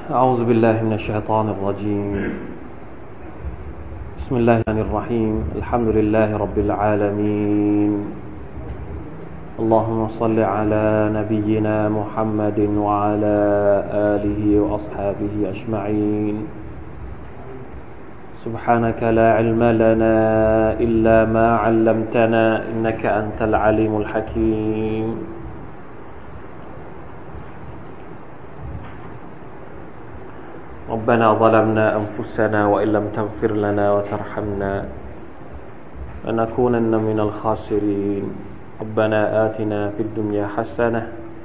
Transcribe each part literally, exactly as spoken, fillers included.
أعوذ بالله من الشيطان الرجيم بسم الله الرحمن الرحيم الحمد لله رب العالمين اللهم صل على نبينا محمد وعلى آله وأصحابه أجمعين سبحانك لا علم لنا إلا ما علمتنا إنك أنت العليم الحكيم ربنا ظلمنا أنفسنا وإن لم تغفر لنا وترحمنا لنكونن من الخاسرين ربنا آتنا في الدنيا حسنة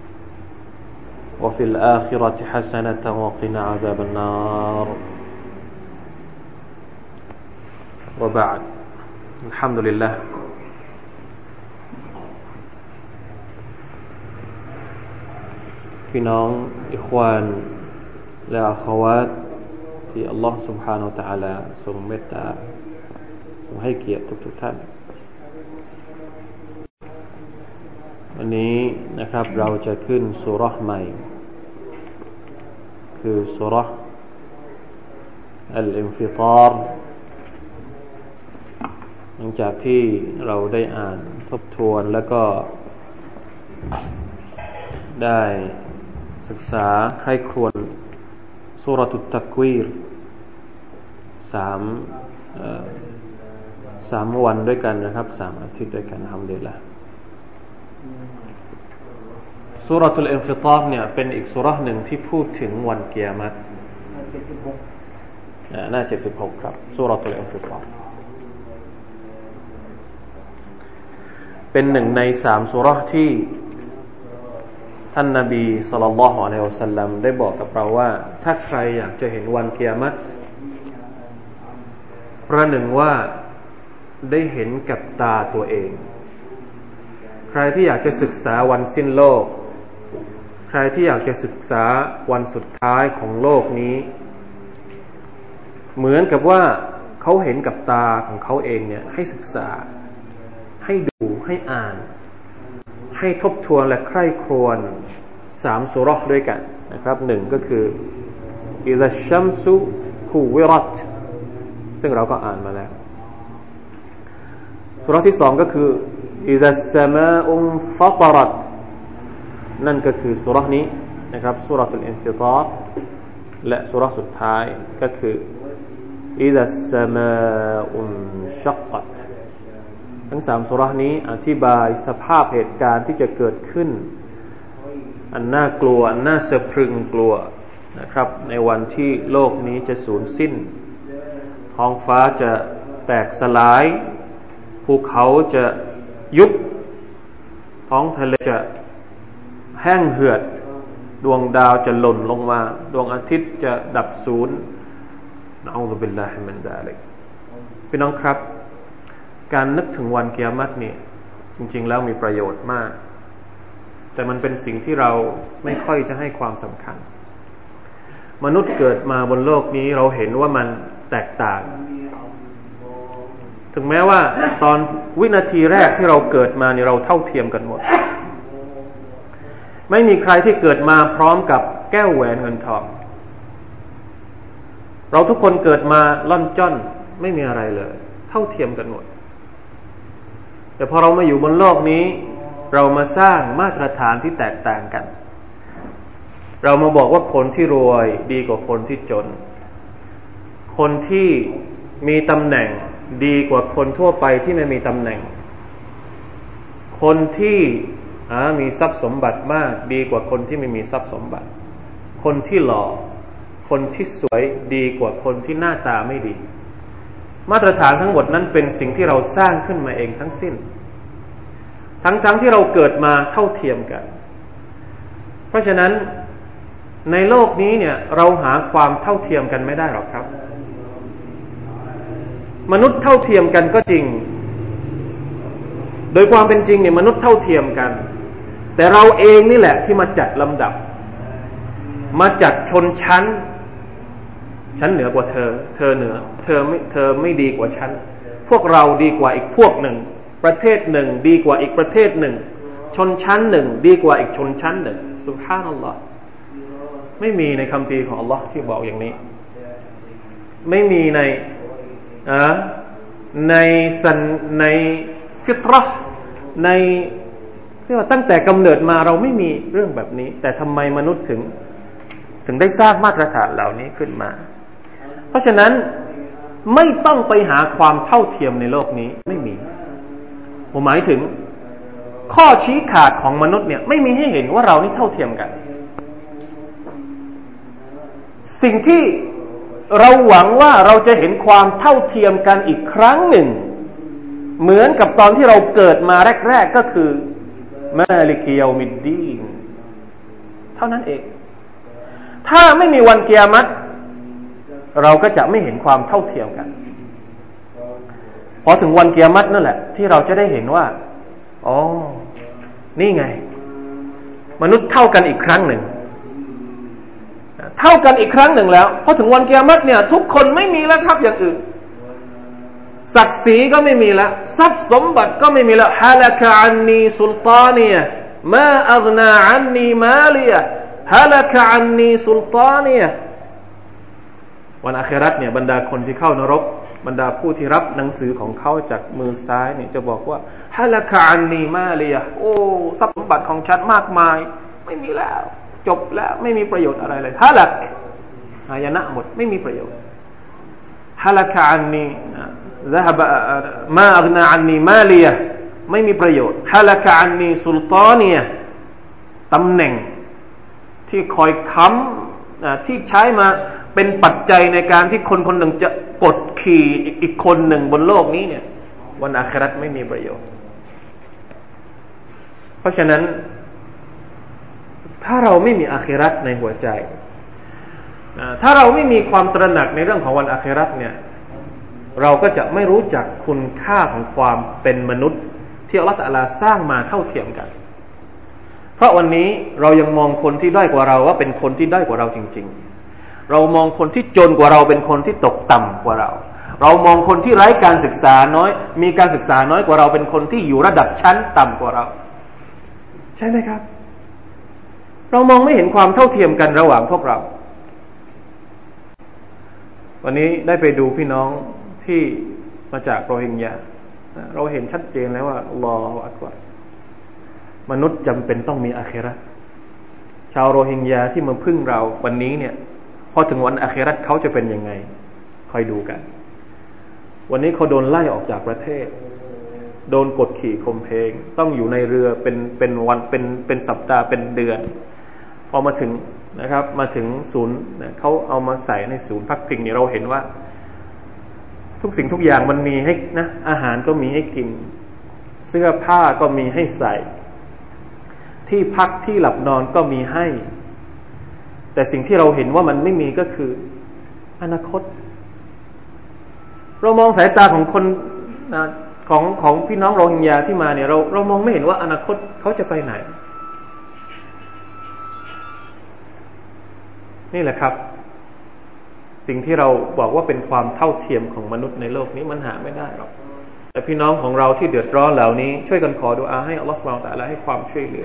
وفي الآخرة حسنة وقنا عذاب النار وبعد الحمد للهพี่น้องอิควานและอาควาตที่อัลลอฮฺ سبحانه และ تعالى ทรงเมตตาทรงให้เกียรติทุกๆท่านวันนี้นะครับเราจะขึ้นซูเราะห์ใหม่คือซูเราะห์อัลอินฟิฏาร์หลังจากที่เราได้อ่านทบทวนแล้วก็ได้ศึกษาใคร่ครวญซูเราะตุตตักวีรสามสามวันด้วยกันนะครับสามอาทิตย์ด้วยกันอัลฮัมดุลิลละห์ซูเราะตุลอินฟิฏาร์เนี่ยเป็นอีกซูเราะห์หนึ่งที่พูดถึงวันกิยามะฮ์หน้าเจ็ดสิบหกครับซูเราะตุลอินฟิฏาร์เป็นหนึ่งในสามซูเราะห์ที่ท่านนบีศ็อลลัลลอฮุอะลัยฮิวะซัลลัมได้บอกกับเราว่าถ้าใครอยากจะเห็นวันกิยามะฮ์ประหนึ่งว่าได้เห็นกับตาตัวเองใครที่อยากจะศึกษาวันสิ้นโลกใครที่อยากจะศึกษาวันสุดท้ายของโลกนี้เหมือนกับว่าเขาเห็นกับตาของเขาเองเนี่ยให้ศึกษาให้ดูให้อ่านให้ทบทวนและใคร่ครวญสามซูเราะห์ด้วยกันนะครับหนึ่งก็คืออิซาชัมซุคูวิรัตซึ่งเราก็อ่านมาแล้วซูเราะห์ที่สองก็คืออิซาสสมาอุนฟัตรัตนั่นก็คือซูเราะห์นี้นะครับซูเราะตุลอินฟิฏาร์และซูเราะห์สุดท้ายก็คืออิซาสสมาอุนชักกัตทั้งสามซูเราะห์นี้อธิบายสภาพเหตุการณ์ที่จะเกิดขึ้นอันน่ากลัวอันน่าสะพรึงกลัวนะครับในวันที่โลกนี้จะสูญสิ้นท้องฟ้าจะแตกสลายภูเขาจะยุบท้องทะเลจะแห้งเหือดดวงดาวจะหล่นลงมาดวงอาทิตย์จะดับสูญนะอูซุบิลลาฮิมินซาลิกพี่น้องครับการนึกถึงวันกิยามะฮ์นี่จริงๆแล้วมีประโยชน์มากแต่มันเป็นสิ่งที่เราไม่ค่อยจะให้ความสำคัญมนุษย์เกิดมาบนโลกนี้เราเห็นว่ามันแตกต่างถึงแม้ว่าตอนวินาทีแรกที่เราเกิดมานี่เราเท่าเทียมกันหมดไม่มีใครที่เกิดมาพร้อมกับแก้วแหวนเงินทองเราทุกคนเกิดมาล่อนจ้อนไม่มีอะไรเลยเท่าเทียมกันหมดแต่พอเรามาอยู่บนโลกนี้เรามาสร้างมาตรฐานที่แตกต่างกันเรามาบอกว่าคนที่รวยดีกว่าคนที่จนคนที่มีตำแหน่งดีกว่าคนทั่วไปที่ไม่มีตำแหน่งคนที่มีทรัพย์สมบัติมากดีกว่าคนที่ไม่มีทรัพย์สมบัติคนที่หล่อคนที่สวยดีกว่าคนที่หน้าตาไม่ดีมาตรฐานทั้งหมดนั้นเป็นสิ่งที่เราสร้างขึ้นมาเองทั้งสิ้นทั้งๆ ท, ที่เราเกิดมาเท่าเทียมกันเพราะฉะนั้นในโลกนี้เนี่ยเราหาความเท่าเทียมกันไม่ได้หรอกครับมนุษย์เท่าเทียมกันก็จริงโดยความเป็นจริงเนี่ยมนุษย์เท่าเทียมกันแต่เราเองนี่แหละที่มาจัดลำดับมาจัดชนชั้นฉันเหนือกว่าเธอเธอเหนือเธอไม่เธอไม่ดีกว่าฉันพวกเราดีกว่าอีกพวกหนึ่งประเทศหนึ่งดีกว่าอีกประเทศหนึ่งชนชั้นหนึ่งดีกว่าอีกชนชั้นหนึ่งซุบฮานัลลอฮ์ไม่มีในคัมภีร์ของอัลลอฮ์ที่บอกอย่างนี้ไม่มีในอ่าในสันในฟิตเราะห์ในเรียกว่าตั้งแต่กำเนิดมาเราไม่มีเรื่องแบบนี้แต่ทำไมมนุษย์ถึงถึงได้สร้างมาตรฐานเหล่านี้ขึ้นมาเพราะฉะนั้นไม่ต้องไปหาความเท่าเทียมในโลกนี้ไม่มีผมหมายถึงข้อชี้ขาดของมนุษย์เนี่ยไม่มีให้เห็นว่าเรานี่เท่าเทียมกันสิ่งที่เราหวังว่าเราจะเห็นความเท่าเทียมกันอีกครั้งหนึ่งเหมือนกับตอนที่เราเกิดมาแรกๆก็คือมาลิกิยอมิดดีนเท่านั้นเองถ้าไม่มีวันกิยามะฮ์เราก็จะไม่เห็นความเท่าเทียมกันพอถึงวันกิยามะฮ์นั่นแหละที่เราจะได้เห็นว่าอ๋อนี่ไงมนุษย์เท่ากันอีกครั้งหนึ่งเท่ากันอีกครั้งหนึ่งแล้วพอถึงวันกิยามะฮ์เนี่ยทุกคนไม่มีแล้วครับอย่างอื่นศักดิ์ศรีก็ไม่มีแล้วทรัพย์สมบัติก็ไม่มีแล้วฮะละกะอันนีสุลตานียะมาอัฆนาอันนีมาลียะฮะละกะอันนีสุลตานียะวันอาคิเราะห์เนี่ยบรรดาคนที่เข้านรกบรรดาผู้ที่รับหนังสือของเขาจากมือซ้ายเนี่ยจะบอกว่าฮะละกะอันนีมาลียะโอ้ทรัพย์สมบัติของฉันมากมายไม่มีแล้วจบแล้วไม่มีประโยชน์อะไรเลยฮะลักหายนะหมดไม่มีประโยชน์ฮะลักะอันนีذهب ما أغنى عني مالية ไม่มีประโยชน์ฮะลักะอันนีสุลตานียะตำแหน่งที่คอยค้ำที่ใช้มาเป็นปัจจัยในการที่คนคนหนึ่งจะกดขี่อีกคนหนึ่งบนโลกนี้เนี่ยวันอาคิเราะห์ไม่มีประโยชน์เพราะฉะนั้นถ้าเราไม่มีอาคิเราะห์ในหัวใจถ้าเราไม่มีความตระหนักในเรื่องของวันอาคิเราะห์เนี่ยเราก็จะไม่รู้จักคุณค่าของความเป็นมนุษย์ที่อัลเลาะห์ตะอาลาสร้างมาเท่าเทียมกันเพราะวันนี้เรายังมองคนที่ด้อยกว่าเราว่าเป็นคนที่ด้อยกว่าเราจริงๆเรามองคนที่จนกว่าเราเป็นคนที่ตกต่ำกว่าเราเรามองคนที่ไร้การศึกษาน้อยมีการศึกษาน้อยกว่าเราเป็นคนที่อยู่ระดับชั้นต่ำกว่าเราใช่ไหมครับเรามองไม่เห็นความเท่าเทียมกันระหว่างพวกเราวันนี้ได้ไปดูพี่น้องที่มาจากโรฮิงญาเราเห็นชัดเจนแล้วว่าอัลลอฮฺอักบัรมนุษย์จำเป็นต้องมีอาคิเราะห์ชาวโรฮิงญาที่มาพึ่งเราวันนี้เนี่ยพอถึงวันอาคิเราะห์เขาจะเป็นยังไงคอยดูกันวันนี้เขาโดนไล่ออกจากประเทศโดนกดขี่ข่มเหงต้องอยู่ในเรือเป็นเป็นวันเป็นเป็นสัปดาห์เป็นเดือนพอมาถึงนะครับมาถึงศูนย์เขาเอามาใส่ในศูนย์พักพิงเนี่ยเราเห็นว่าทุกสิ่งทุกอย่างมันมีให้นะอาหารก็มีให้กินเสื้อผ้าก็มีให้ใส่ที่พักที่หลับนอนก็มีให้แต่สิ่งที่เราเห็นว่ามันไม่มีก็คืออนาคตเรามองสายตาของคนนะของของพี่น้องโรฮิงญาที่มาเนี่ยเราเรามองไม่เห็นว่าอนาคตเขาจะไปไหนนี่แหละครับสิ่งที่เราบอกว่าเป็นความเท่าเทียมของมนุษย์ในโลกนี้มันหาไม่ได้หรอกแต่พี่น้องของเราที่เดือดร้อนเหล่านี้ช่วยกันขอดุอาให้อัลลอฮฺซุบฮานะฮูวะตะอาลาให้ความช่วยเหลือ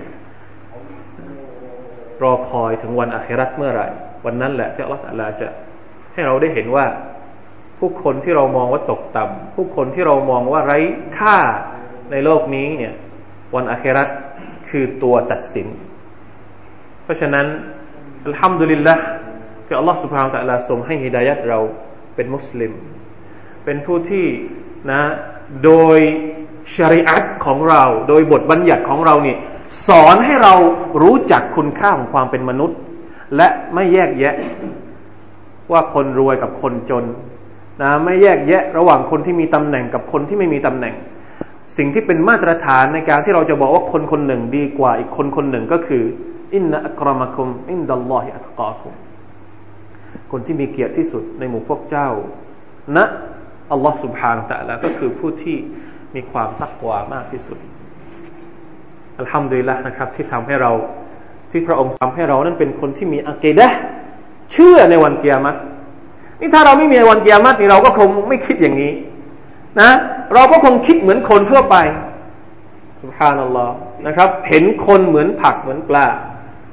รอคอยถึงวันอาคิเราะห์เมื่อไหร่วันนั้นแหละที่อัลลอฮฺตะอาลาจะให้เราได้เห็นว่าผู้คนที่เรามองว่าตกต่ำผู้คนที่เรามองว่าไร้ค่าในโลกนี้เนี่ยวันอาคิเราะห์คือตัวตัดสินเพราะฉะนั้นอัลฮัมดุลิลละห์ที่อัลลอฮฺ سبحانه และ تعالى ทรงให้ฮิดายัตเราเป็นมุสลิมเป็นผู้ที่นะโดยชะรีอะห์ของเราโดยบทบัญญัติของเรานี่สอนให้เรารู้จักคุณค่าของความเป็นมนุษย์และไม่แยกแยะว่าคนรวยกับคนจนนะไม่แยกแยะระหว่างคนที่มีตำแหน่งกับคนที่ไม่มีตำแหน่งสิ่งที่เป็นมาตรฐานในการที่เราจะบอกว่าคนคนหนึ่งดีกว่าอีกคนคนหนึ่งก็คืออินนะอักรมะกุมอินดัลลอฮิอัตกากุมคนที่มีเกียรติที่สุดในหมู่พวกเจ้านะอัลลอฮฺ سبحانه และ تعالى ก็คือผู้ที่มีความตักวามากที่สุดอัลฮัมดุลิลละห์นะครับที่ทำให้เราที่พระองค์ทำให้เรานั้นเป็นคนที่มีอะกีดะห์เชื่อในวันกิยามะฮ์นี่ถ้าเราไม่มีวันกิยามะฮ์นี่เราก็คงไม่คิดอย่างนี้นะเราก็คงคิดเหมือนคนทั่วไปซุบฮานัลลอฮ์นะครับเห็นคนเหมือนผักเหมือนปลา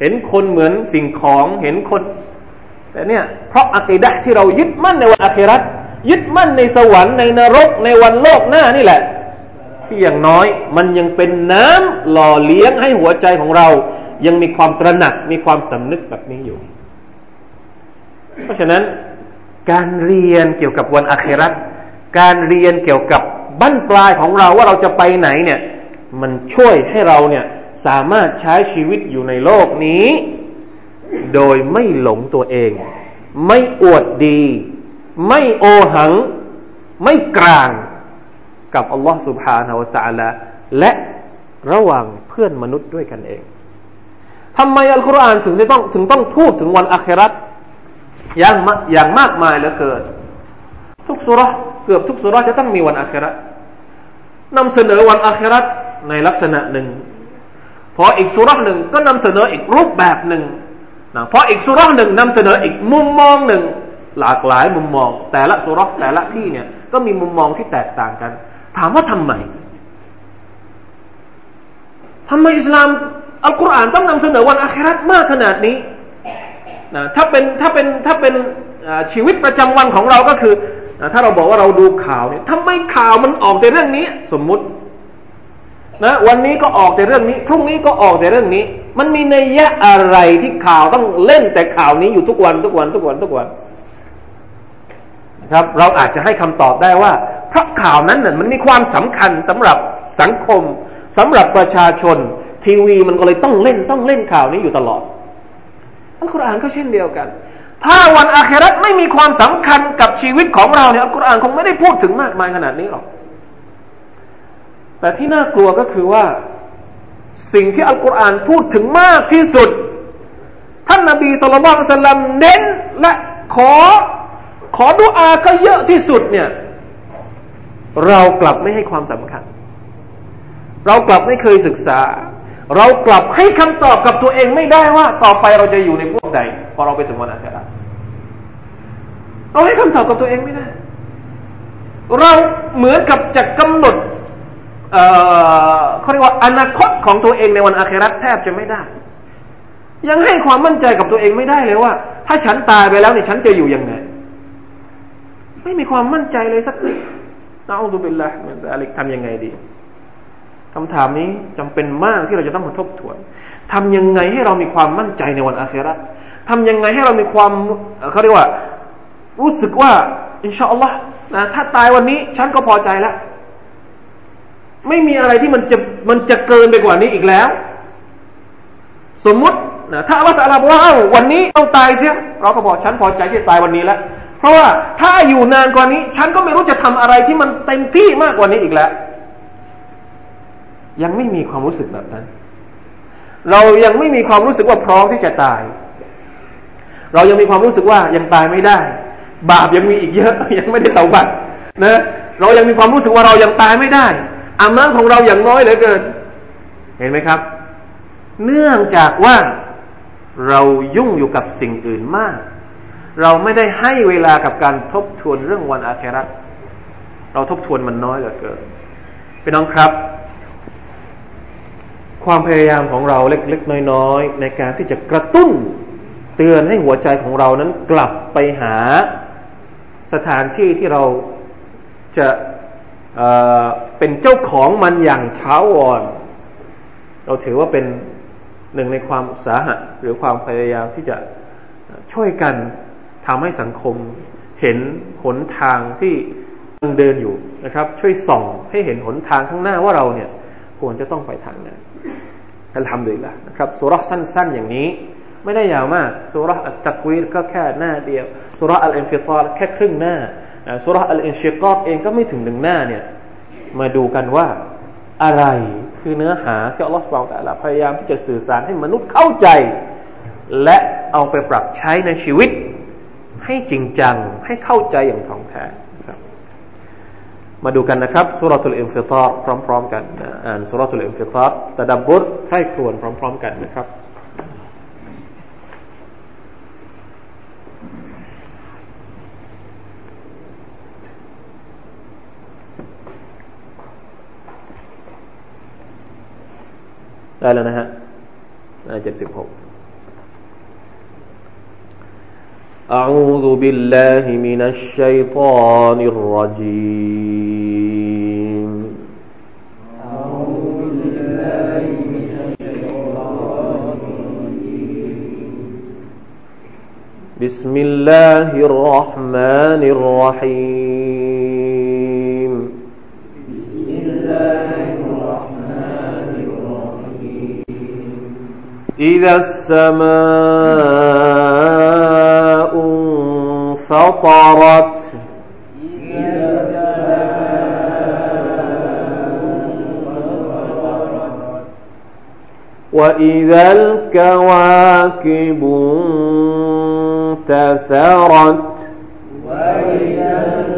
เห็นคนเหมือนสิ่งของเห็นคนแต่เนี่ยเพราะอะกีดะห์ที่เรายึดมั่นในวันอาคิเราะห์ยึดมั่นในสวรรค์ในนรกในวันโลกหน้านี่แหละที่อย่างน้อยมันยังเป็นน้ำหล่อเลี้ยงให้หัวใจของเรายังมีความตระหนักมีความสำนึกแบบนี้อยู่เพราะฉะนั้นการเรียนเกี่ยวกับวันอาคิเราะห์การเรียนเกี่ยวกับบั้นปลายของเราว่าเราจะไปไหนเนี่ยมันช่วยให้เราเนี่ยสามารถใช้ชีวิตอยู่ในโลกนี้โดยไม่หลงตัวเองไม่อวดดีไม่โอหังไม่กลางกับอัลลอฮฺ سبحانه และ تعالى และระหว่างเพื่อนมนุษย์ด้วยกันเองทำไมอัลกุรอานถึงจะต้องถึงต้องพูดถึงวันอาคิเราะห์อย่างอย่างมากมายเหลือเกินทุกซูเราะห์เกือบทุกซูเราะห์จะต้องมีวันอาคิเราะห์นำเสนอวันอาคิเราะห์ในลักษณะหนึ่งพออีกซูเราะห์หนึ่งก็นำเสนออีกรูปแบบหนึ่งนะพออีกซูเราะห์หนึ่งนำเสนออีกมุมมองหนึ่งหลากหลายมุมมองแต่ละซูเราะห์แต่ละที่เนี่ยก็มีมุมมองที่แตกต่างกันถามว่าทำไมทำไมอิสลามอัลกุรอานต้องนำเสนอวันอาคิเราะห์มากขนาดนี้นะถ้าเป็นถ้าเป็นถ้าเป็นชีวิตประจำวันของเราก็คือนะถ้าเราบอกว่าเราดูข่าวเนี่ยทำไมข่าวมันออกแต่เรื่องนี้สมมุตินะวันนี้ก็ออกแต่เรื่องนี้พรุ่งนี้ก็ออกแต่เรื่องนี้มันมีนัยยะอะไรที่ข่าวต้องเล่นแต่ข่าวนี้อยู่ทุกวันทุกวันทุกวันทุกวันนะครับเราอาจจะให้คำตอบได้ว่าเพราะข่าวนั้นน่ะมันมีความสำคัญสำหรับสังคมสำหรับประชาชนทีวีมันก็เลยต้องเล่นต้องเล่นข่าวนี้อยู่ตลอดอัลกุรอานก็เช่นเดียวกันถ้าวันอาคิเราะห์ไม่มีความสำคัญกับชีวิตของเราเนี่ยอัลกุรอานคงไม่ได้พูดถึงมากมายขนาดนี้หรอกแต่ที่น่ากลัวก็คือว่าสิ่งที่อัลกุรอานพูดถึงมากที่สุดท่านนบีศ็อลลัลลอฮุอะลัยฮิวะซัลลัมเน้นและขอขอดุอาก็เยอะที่สุดเนี่ยเรากลับไม่ให้ความสำคัญเรากลับไม่เคยศึกษาเรากลับให้คำตอบกับตัวเองไม่ได้ว่าต่อไปเราจะอยู่ในพวกใดพอเราไปถึงวันอาคิเราะห์เราให้คำตอบกับตัวเองไม่ได้เราเหมือนกับจะกำหนดเอ่อเขาเรียกว่าอนาคตของตัวเองในวันอาคิเราะห์แทบจะไม่ได้ยังให้ความมั่นใจกับตัวเองไม่ได้เลยว่าถ้าฉันตายไปแล้วนี่ฉันจะอยู่ยังไงไม่มีความมั่นใจเลยสักนิดนะอูซุบิลลาฮิมินซาลิกทำยังไงดีคำถามนี้จำเป็นมากที่เราจะต้องมาทบทวนทำยังไงให้เรามีความมั่นใจในวันอาคิเราะห์ทำยังไงให้เรามีความเขาเรียกว่ารู้สึกว่าอินชาอัลลอฮ์นะถ้าตายวันนี้ฉันก็พอใจแล้วไม่มีอะไรที่มันจะมันจะเกินไปกว่านี้อีกแล้วสมมุตินะถ้าอัลลอฮฺตะอาลาบอกว่าเอ้าวันนี้ต้องตายเสียเราก็บอกฉันพอใจที่ตายวันนี้แล้วเพราะว่าถ้าอยู่นานกว่านี้ฉันก็ไม่รู้จะทำอะไรที่มันเต็มที่มากกว่านี้อีกแล้วยังไม่มีความรู้สึกแบบนั้นเรายังไม่มีความรู้สึกว่าพร้อมที่จะตายเรายังมีความรู้สึกว่ายังตายไม่ได้บาปยังมีอีกเยอะยังไม่ได้เตาบัตนะเรายังมีความรู้สึกว่าเรายังตายไม่ได้อามัลของเราอย่างน้อยเหลือเกินเห็นไหมครับเนื่องจากว่าเรายุ่งอยู่กับสิ่งอื่นมากเราไม่ได้ให้เวลากับการทบทวนเรื่องวันอาคิเราะห์เราทบทวนมันน้อยเหลือเกินพี่น้องครับความพยายามของเราเล็กๆน้อยๆในการที่จะกระตุ้นเตือนให้หัวใจของเรานั้นกลับไปหาสถานที่ที่เราจะเอ่อเป็นเจ้าของมันอย่างถาวรเราถือว่าเป็นหนึ่งในความอุตสาหะหรือความพยายามที่จะช่วยกันทำให้สังคมเห็นหนทางที่เดินอยู่นะครับช่วยส่องให้เห็นหนทางข้างหน้าว่าเราเนี่ยควรจะต้องไปทางไหนอัลฮัมดุลิลละห์นะครับซูเราะห์สั้นๆอย่างนี้ไม่ได้ยาวมากซูเราะห์อัตตักวีรก็แค่หน้าเดียวซูเราะห์อัลอินฟิฏารแค่ครึ่งหน้าซูเราะห์อัลอินชิกอกเองก็ไม่ถึงหนึ่งหน้าเนี่ยมาดูกันว่าอะไรคือเนื้อหาที่อัลเลาะห์ซุบฮานะฮูวะตะอาลาพยายามที่จะสื่อสารให้มนุษย์เข้าใจและเอาไปปรับใช้ในชีวิตให้จริงจังให้เข้าใจอย่างถ่องแท้นะครับมาดูกันนะครับซูเราะตุลอินฟิฏารพร้อมๆกันอ่านซูเราะตุลอินฟิฏารตะดับบุรใคร่ครวญพร้อมๆกันนะครับได้แล้วนะฮะเจ็ดสิบหก أعوذ بالله من الشيطان الرجيم أعوذ بالله من الشيطان الرجيم بسم الله الرحمن الرحيم بسم الله الرحمن الرحيم إذا السماء انفطرت إذا السماء انفطرت وإذا الكواكب انتثرت وإذا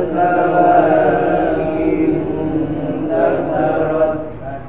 الكواكب انتثرت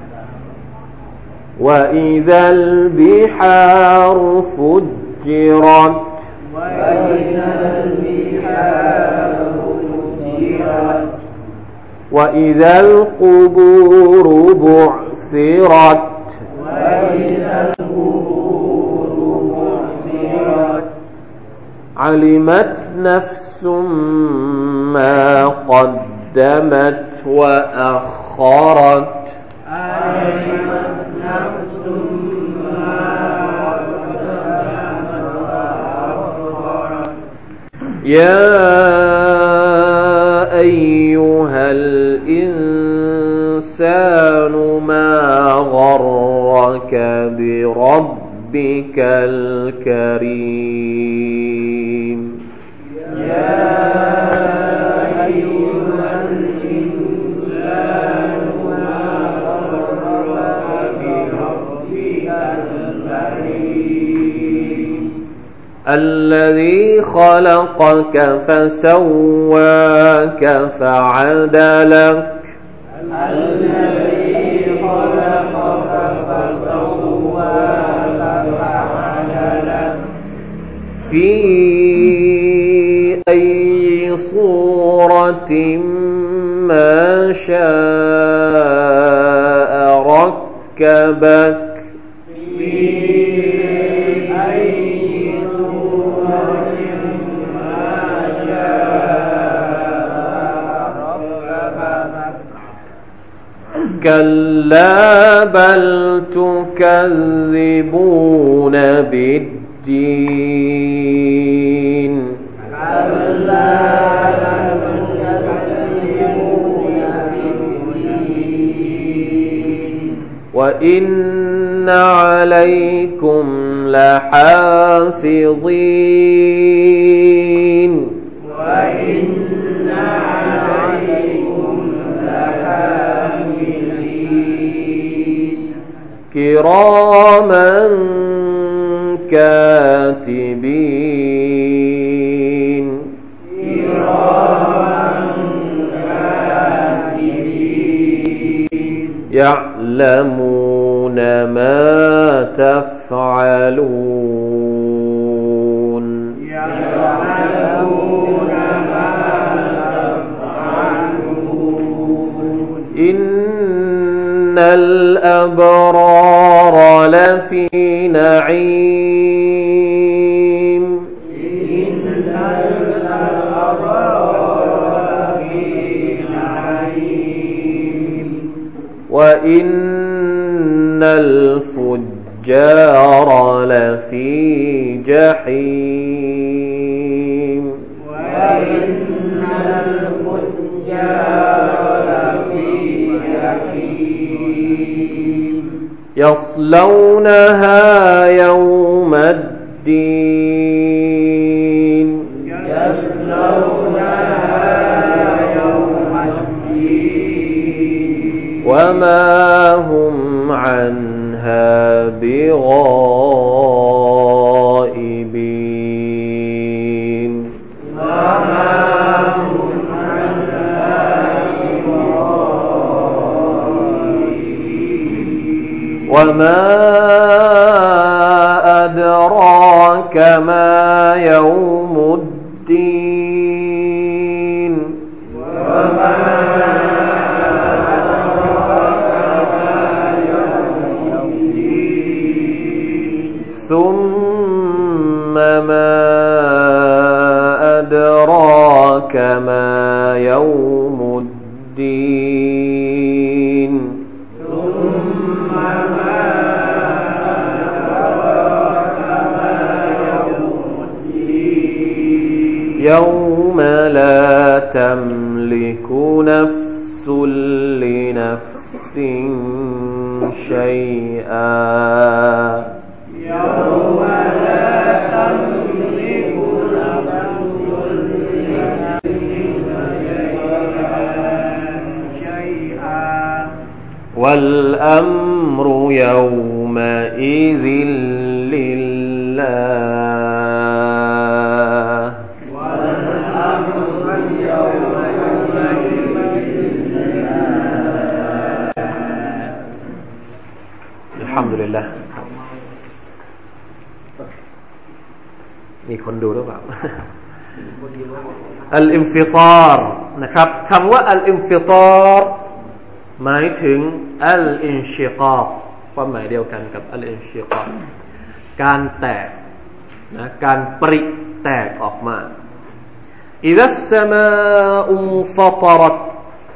وإذا البحار فجرت وإذا البحار فجرت وإذا القبور بعثرت وإذا القبور بعثرت علمت نفس ما قدمت وأخرت علمت نفس ما قدمت وأخرت يا أيها الإنسان ما غرك بربك الكريم يا أيها الإنسان ما غرك بربك الكريم الذي خلقك فسواك فعدلك الذي خلقك فسواك فعدلك في أي صورة ما شاء ركبك في أي صورة ما شاء ركبك كلا بل تكذبون بالدين كلا بل تكذبون بالدين وإن عليكم لحافظين وإن عليكم لحافظين كراما كاتبين كراما كاتبين يعلمون ما تفعلون يعلمون ما تفعلون إن الأبرار لفي نعيم إن الأبرار في نعيم وإن الفجار لفي جحيم وإن الفجار لفي جحيم يصلونها يوم الدين يصلونها يوم الدين وما هم عنها بغائبين وما هم عنها بغائبين وما أدراك ما يوم الدين وما ثم ما ما يوم الدين ثم ما أدراك ما يوم الدين يوم لا تملك نفس لنفس شيئا يوم لا تملك نفس شيئا والأمر يومئذ لله والأمر يومئذ لله الحمد لله มีคนดูหรือเปล่า อัลอินฟิฏาร์นะครับคำว่าอัลอินฟิฏาร์หมายถึงอัลอินชิกากความหมายเดียวกันกับอัลอินชิกากการแตกนะการปริแตกออกมาอิซัสสมาอุฟัตรัต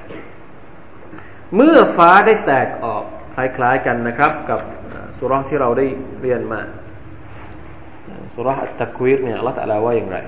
เมื่อฟ้าได้แตกออกคล้ายๆกันนะครับกับซูเราะห์ที่เราได้เรียนมาซูเราะห์อัตตักวีรเนี่ยอัลเลาะห์ตะอาลาว่าอย่างไร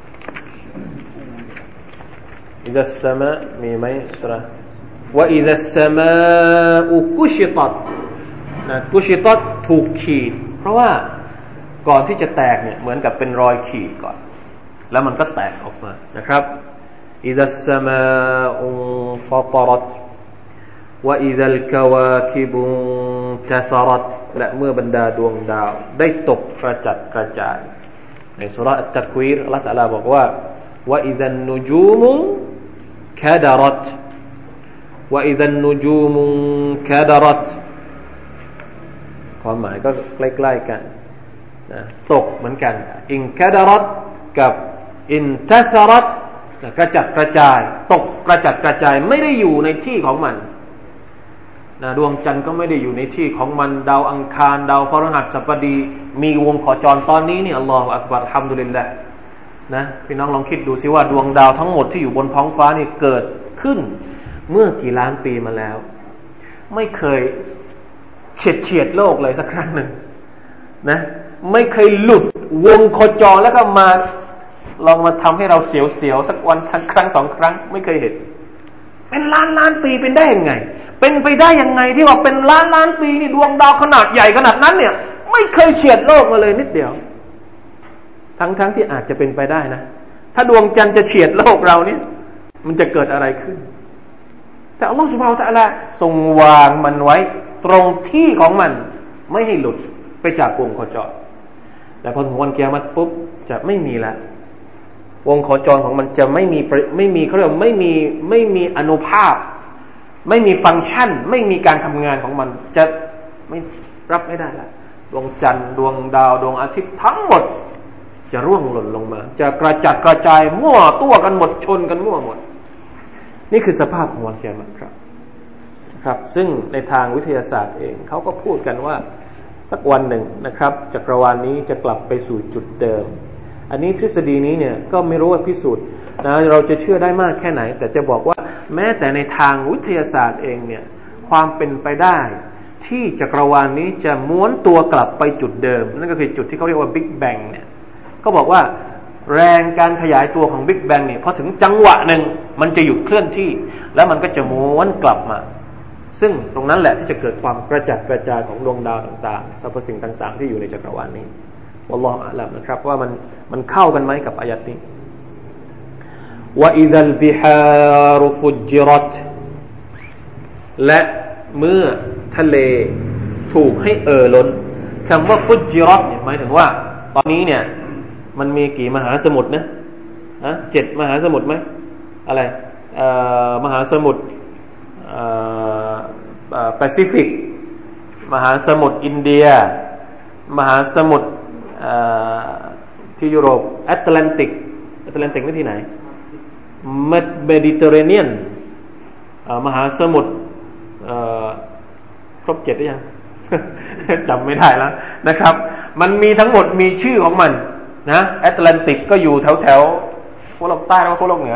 อิซัสสมามีไหมซูเราะห์วะอิซัสสมาอุกุชิตัตนะกุชิตัตถูกขีดเพราะว่าก่อนที่จะแตกเนี่ยเหมือนกับเป็นรอยขีดก่อนแล้วมันก็แตกออกมานะครับอิซัสสมาอุฟัตรัตวะอิซัลกะวาคิบุตะซะรัตและเมื่อบรรดาดวงดาวได้ตกกระจัดกระจายในซูเราะห์อัตตักวีรอัลเลาะห์ตะอาลาบอกว่าวะอิซันนุจูมุคาดะรัตวะอิซันนุจูมุคาดะรัตความหมายก็ใกล้ๆกันนะตกเหมือนกันอินคาดะรัตกับอินตัซะรัตกระจัดกระจายตกกระจัดกระจายไม่ได้อยู่ในที่ของมันนะดวงจันทร์ก็ไม่ได้อยู่ในที่ของมันดาวอังคารดาวพฤหัสบดีมีวงโคจรตอนนี้นี่อัลลอฮฺอักบัรอัลฮัมดุลิลละห์นะพี่น้องลองคิดดูสิว่าดวงดาวทั้งหมดที่อยู่บนท้องฟ้านี่เกิดขึ้นเมื่อกี่ล้านปีมาแล้วไม่เคยเฉียดเฉียดโลกเลยสักครั้งหนึ่งนะไม่เคยหลุดวงโคจรแล้วก็มาลองมาทำให้เราเสียวๆสักวันสักครั้งสองครั้งไม่เคยเห็นเป็นล้านล้านปีเป็นได้ยังไงเป็นไปได้ยังไงที่ว่าเป็นล้านล้านปีนี่ดวงดาวขนาดใหญ่ขนาดนั้นเนี่ยไม่เคยเฉียดโลกมาเลยนิดเดียวทั้งๆที่อาจจะเป็นไปได้นะถ้าดวงจันทร์จะเฉียดโลกเราเนี่ยมันจะเกิดอะไรขึ้นแต่อัลลอฮฺซุบฮานะฮูวะตะอาลาทรงวางมันไว้ตรงที่ของมันไม่ให้หลุดไปจากวงโคจรแต่พอถึงวันกิยามะฮ์ปุ๊บจะไม่มีละวงโคจรของมันจะไม่มีไม่มีเขาเรียกไม่มีไม่มีอานุภาพไม่มีฟังก์ชันไม่มีการทำงานของมันจะไม่รับไม่ได้ละดวงจันทร์ดวงดาวดวงอาทิตย์ทั้งหมดจะร่วงหล่นลงมาจะกระจัดกระจายมั่วตัวกันหมดชนกันมั่วหมดนี่คือสภาพของวันกิยามะฮ์ครับครับซึ่งในทางวิทยาศาสตร์เองเขาก็พูดกันว่าสักวันหนึ่งนะครับจักรวาลนี้จะกลับไปสู่จุดเดิมอันนี้ทฤษฎีนี้เนี่ยก็ไม่รู้ว่าพิสูจน์นะเราจะเชื่อได้มากแค่ไหนแต่จะบอกว่าแม้แต่ในทางวิทยาศาสตร์เองเนี่ยความเป็นไปได้ที่จักรวาลนี้จะม้วนตัวกลับไปจุดเดิมนั่นก็คือจุดที่เขาเรียกว่าบิ๊กแบงเนี่ยก็บอกว่าแรงการขยายตัวของบิ๊กแบงเนี่ยพอถึงจังหวะหนึ่งมันจะหยุดเคลื่อนที่แล้วมันก็จะม้วนกลับมาซึ่งตรงนั้นแหละที่จะเกิดความกระจัดกระจายของดวงดาวต่างๆสรรพสิ่งต่างๆที่อยู่ในจักรวาลนี้อัลลอฮฺอาลัมนะครับว่ามันมันเข้ากันไหมกับอายัดนี้วะอิซัลบิฮารุฟุจิรัตและเมื่อทะเลถูกให้เอ่อล้นคำว่าฟุจิรัตเนี่ยหมายถึงว่าตอนนี้เนี่ยมันมีกี่มหาสมุทรนะฮะเจ็ดมหาสมุทรไหมอะไรเอ่อมหาสมุทรเอ่อแปซิฟิกมหาสมุทรอินเดียมหาสมุทรที่ยุโรปแอตแลนติกแอตแลนติกนี่ที่ไหนเมดิเตอร์เรเนียนมหาสมุทรครบเจ็ดหรือยัง จำไม่ได้แล้วนะครับมันมีทั้งหมดมีชื่อของมันนะแอตแลนติกก็อยู่แถวแถวขั้วโลกใต้และขั้วโลกเหนือ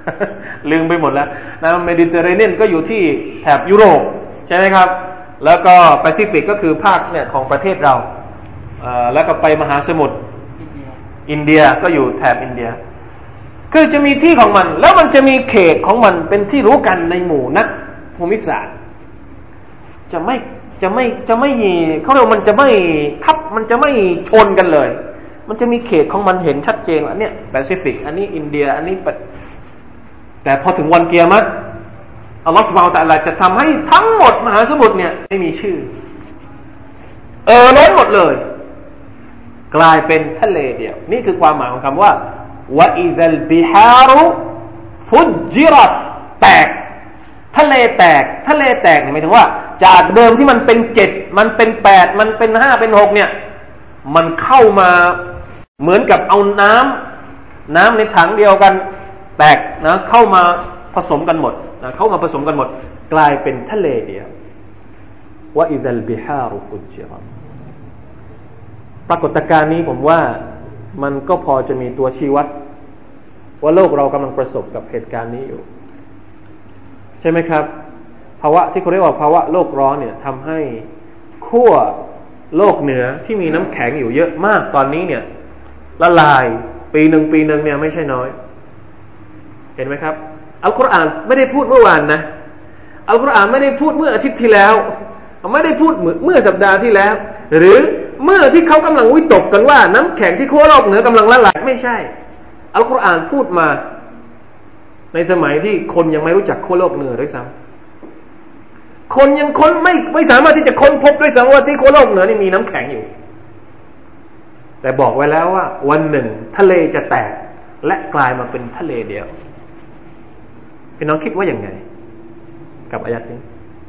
ลืมไปหมดแล้วนะเมดิเตอร์เรเนียนก็อยู่ที่แถบยุโรปใช่ไหมครับแล้วก็แปซิฟิกก็คือภาคเนี่ยของประเทศเราแล้วก็ไปมหาสมุทรอินเดียก็อยู่แถบอินเดียคือจะมีที่ของมันแล้วมันจะมีเขตของมันเป็นที่รู้กันในหมู่นักภูมิศาสตร์จะไม่จะไม่จะไม่เขาเรียกว่ามันจะไม่ทับมันจะไม่ชนกันเลยมันจะมีเขตของมันเห็นชัดเจนว่าเนี่ยแปซิฟิกอันนี้อินเดียอันนี้แต่พอถึงวันเกียรติอัลลอฮฺซุบฮานะฮูวะตะอาลาจะทำให้ทั้งหมดมหาสมุทรเนี่ยไม่มีชื่อเออล้นหมดเลยกลายเป็นทะเลเดียวนี่คือความหมายของคำว่าวะอิซัลบิฮารุฟุจจิรัตแตกทะเลแตกทะเลแตกหมายถึงว่าจากเดิมที่มันเป็นเจ็ดมันเป็นแปดมันเป็นห้าเป็นหกเนี่ยมันเข้ามาเหมือนกับเอาน้ำน้ำในถังเดียวกันแตกนะเข้ามาผสมกันหมดนะเข้ามาผสมกันหมดกลายเป็นทะเลเดียววะอิซัลบิฮารุฟุจจิรัตปรากฏการณ์นี้ผมว่ามันก็พอจะมีตัวชี้วัดว่าโลกเรากำลังประสบกับเหตุการณ์นี้อยู่ใช่ไหมครับภาวะที่เขาเรียกว่าภาวะโลกร้อนเนี่ยทำให้ขั้วโลกเหนือที่มีน้ำแข็งอยู่เยอะมากตอนนี้เนี่ยละลายปีหนึ่งปีหนึ่งเนี่ยไม่ใช่น้อยเห็นไหมครับอัลกุรอานไม่ได้พูดเมื่อวานนะอัลกุรอานไม่ได้พูดเมื่ออาทิตย์ที่แล้วไม่ได้พูดเมื่อสัปดาห์ที่แล้วหรือเมื่อที่เขากำลังวิตกกันว่าน้ำแข็งที่ขั้วโลกเหนือกำลังละลายไม่ใช่อัลกุรอานพูดมาในสมัยที่คนยังไม่รู้จักขั้วโลกเหนือด้วยซ้ำคนยังค้นไม่ไม่สามารถที่จะค้นพบด้วยซ้ำว่าที่ขั้วโลกเหนือนี่มีน้ำแข็งอยู่แต่บอกไว้แล้วว่าวันหนึ่งทะเลจะแตกและกลายมาเป็นทะเลเดียวพี่น้องคิดว่าอย่างไงกับอายัดนี้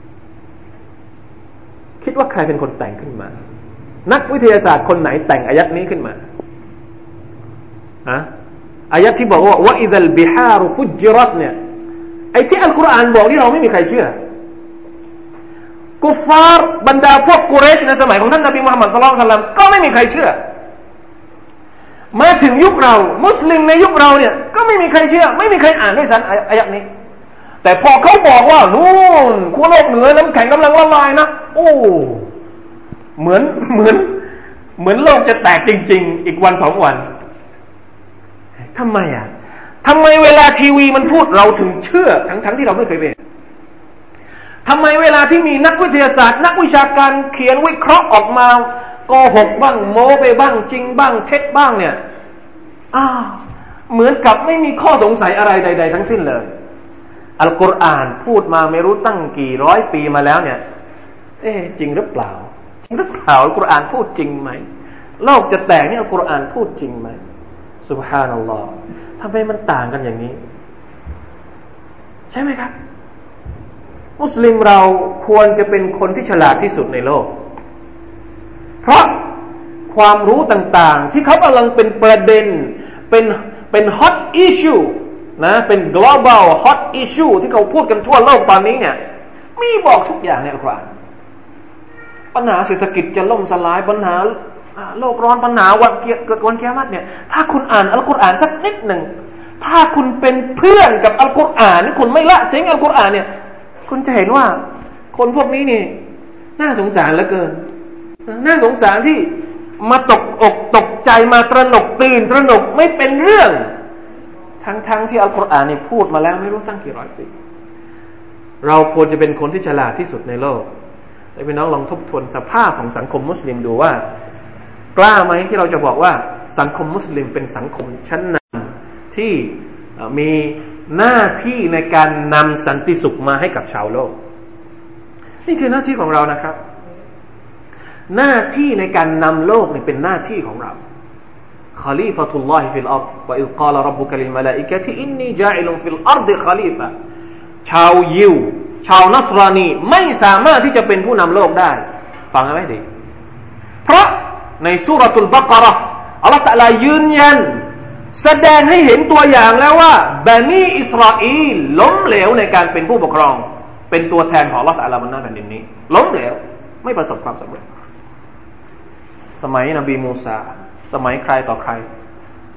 คิดว่าใครเป็นคนแต่งขึ้นมานักวิทยาศาสตร์คนไหนแต่งอายัดนี้ขึ้นมาอะอายัดที่บอกว่าวะอิซัลบิฮารุฟุจจิรัตเนี่ยไอ้ที่อัลกุรอานบอกที่เราไม่มีใครเชื่อกุฟฟาร์บรรดาพวกกุเรชในสมัยของท่านนบีมุฮัมมัดศ็อลลัลลอฮุอะลัยฮิวะซัลลัมก็ไม่มีใครเชื่อมาถึงยุคเรามุสลิมในยุคเราเนี่ยก็ไม่มีใครเชื่อไม่มีใครอ่านด้วยซ้ำอายัดนี้แต่พอเขาบอกว่านู่นขั้วโลกเหนือน้ำแข็งกำลังละลายนะโอ้เหมือนเหมือนเหมือนโลกจะแตกจริงๆอีกวันสองวันทำไมอ่ะทำไมเวลาทีวีมันพูดเราถึงเชื่อทั้งๆที่เราไม่เคยเห็นทำไมเวลาที่มีนักวิทยาศาสตร์นักวิชาการเขียนวิเคราะห์ออกมาโกหกบ้างโม้ไปบ้างจริงบ้างเท็จบ้างเนี่ยอ้าวเหมือนกับไม่มีข้อสงสัยอะไรใดๆทั้งสิ้นเลยอัลกุรอานพูดมาไม่รู้ตั้งกี่ร้อยปีมาแล้วเนี่ยเอ๊ะจริงหรือเปล่าจริงหรือเปล่าอัลกุรอานพูดจริงไหมโลกจะแตกนี่อัลกุรอานพูดจริงไหมซุบฮานัลลอฮ์ทำไมมันต่างกันอย่างนี้ใช่ไหมครับมุสลิมเราควรจะเป็นคนที่ฉลาดที่สุดในโลกเพราะความรู้ต่างๆที่เขากำลังเป็นประเด็นเป็นเป็น hot issue นะเป็น global hot issue ที่เขาพูดกันทั่วโลกตอนนี้เนี่ยมีบอกทุกอย่างในอัลกุรอานปัญหาเศรษฐกิจจะล่มสลายปัญหาโลกร้อนปัญหาวันเกิดเกิดวันกิยามะฮ์เนี่ยถ้าคุณอ่านอัลกุรอานสักนิดหนึ่งถ้าคุณเป็นเพื่อนกับอัลกุรอานนี่คุณไม่ละทิ้งอัลกุรอานเนี่ยคุณจะเห็นว่าคนพวกนี้นี่น่าสงสารเหลือเกินน่าสงสารที่มาตกอกตกใจมาตระหนกตื่นตระหนกไม่เป็นเรื่องทั้งๆ ท, ที่อัลกุรอานนี่พูดมาแล้วไม่รู้ตั้งกี่ร้อยปีเราควรจะเป็นคนที่ฉลาดที่สุดในโลกให้พี่น้องลองทบทวนสภาพของสังคมมุสลิมดูว่ากล้าไหมที่เราจะบอกว่าสังคมมุสลิมเป็นสังคมชั้นนำที่มีหน้าที่ในการนำสันติสุขมาให้กับชาวโลกนี่คือหน้าที่ของเรานะครับหน้าที่ในการนำโลกนี่เป็นหน้าที่ของเราคอลีฟะตุลลอฮิฟิลอัรฎวะอิซกาลร็อบบุกะลิลมะลาอิกะฮ์อินนีญาอิลุนฟิลอัรฎคอลีฟะชาวยิวชาวนัสรานีไม่สามารถที่จะเป็นผู้นำโลกได้ฟังให้ดีเพราะในซูเราะตุลบะเกาะเราะห์อัลเลาะห์ตะอาลายืนยันแสดงให้เห็นตัวอย่างแล้วว่าบะนีอิสราอีลล้มเหลวในการเป็นผู้ปกครองเป็นตัวแทนของอัลเลาะห์ตะอาลาบนหน้าแผ่นดินนี้ล้มเหลวไม่ประสบความสำเร็จสมัยนบีมูซาสมัยใครต่อใคร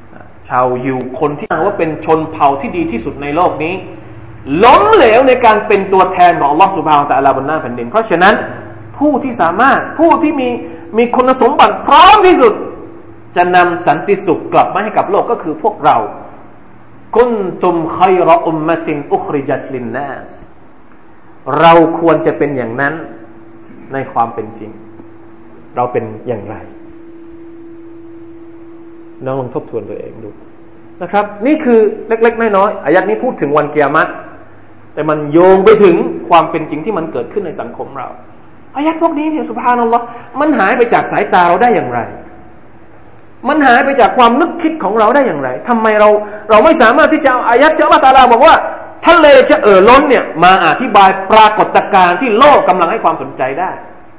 ชาวยิวคนที่อ้างว่าเป็นชนเผ่าที่ดีที่สุดในโลกนี้ล้มเหลวในการเป็นตัวแทนของอัลลอฮฺซุบฮานะฮูวะตะอาลาบนหน้าแผ่นดินเพราะฉะนั้นผู้ที่สามารถผู้ที่มีมีคุณสมบัติพร้อมที่สุดจะนำสันติสุขกลับมาให้กับโลกก็คือพวกเรากุนตุมคัยรออุมมะตินอุคริจัตลินนาสเราควรจะเป็นอย่างนั้นในความเป็นจริงเราเป็นอย่างไรน้องลองทบทวนตัวเองดูนะครับนี่คือเล็กๆน้อยๆอายัดนี้พูดถึงวันกิยามะฮ์แต่มันโยงไปถึงความเป็นจริงที่มันเกิดขึ้นในสังคมเราอายัดพวกนี้เนี่ยซุบฮานัลลอฮ์มันหายไปจากสายตาเราได้อย่างไรมันหายไปจากความนึกคิดของเราได้อย่างไรทำไมเราเราไม่สามารถที่จะเอาอายัดที่อัลเลาะห์ตะอาลาบอกว่าทะเลจะเอ่อล้นเนี่ยมาอธิบายปรากฏการณ์ที่โลกกำลังให้ความสนใจได้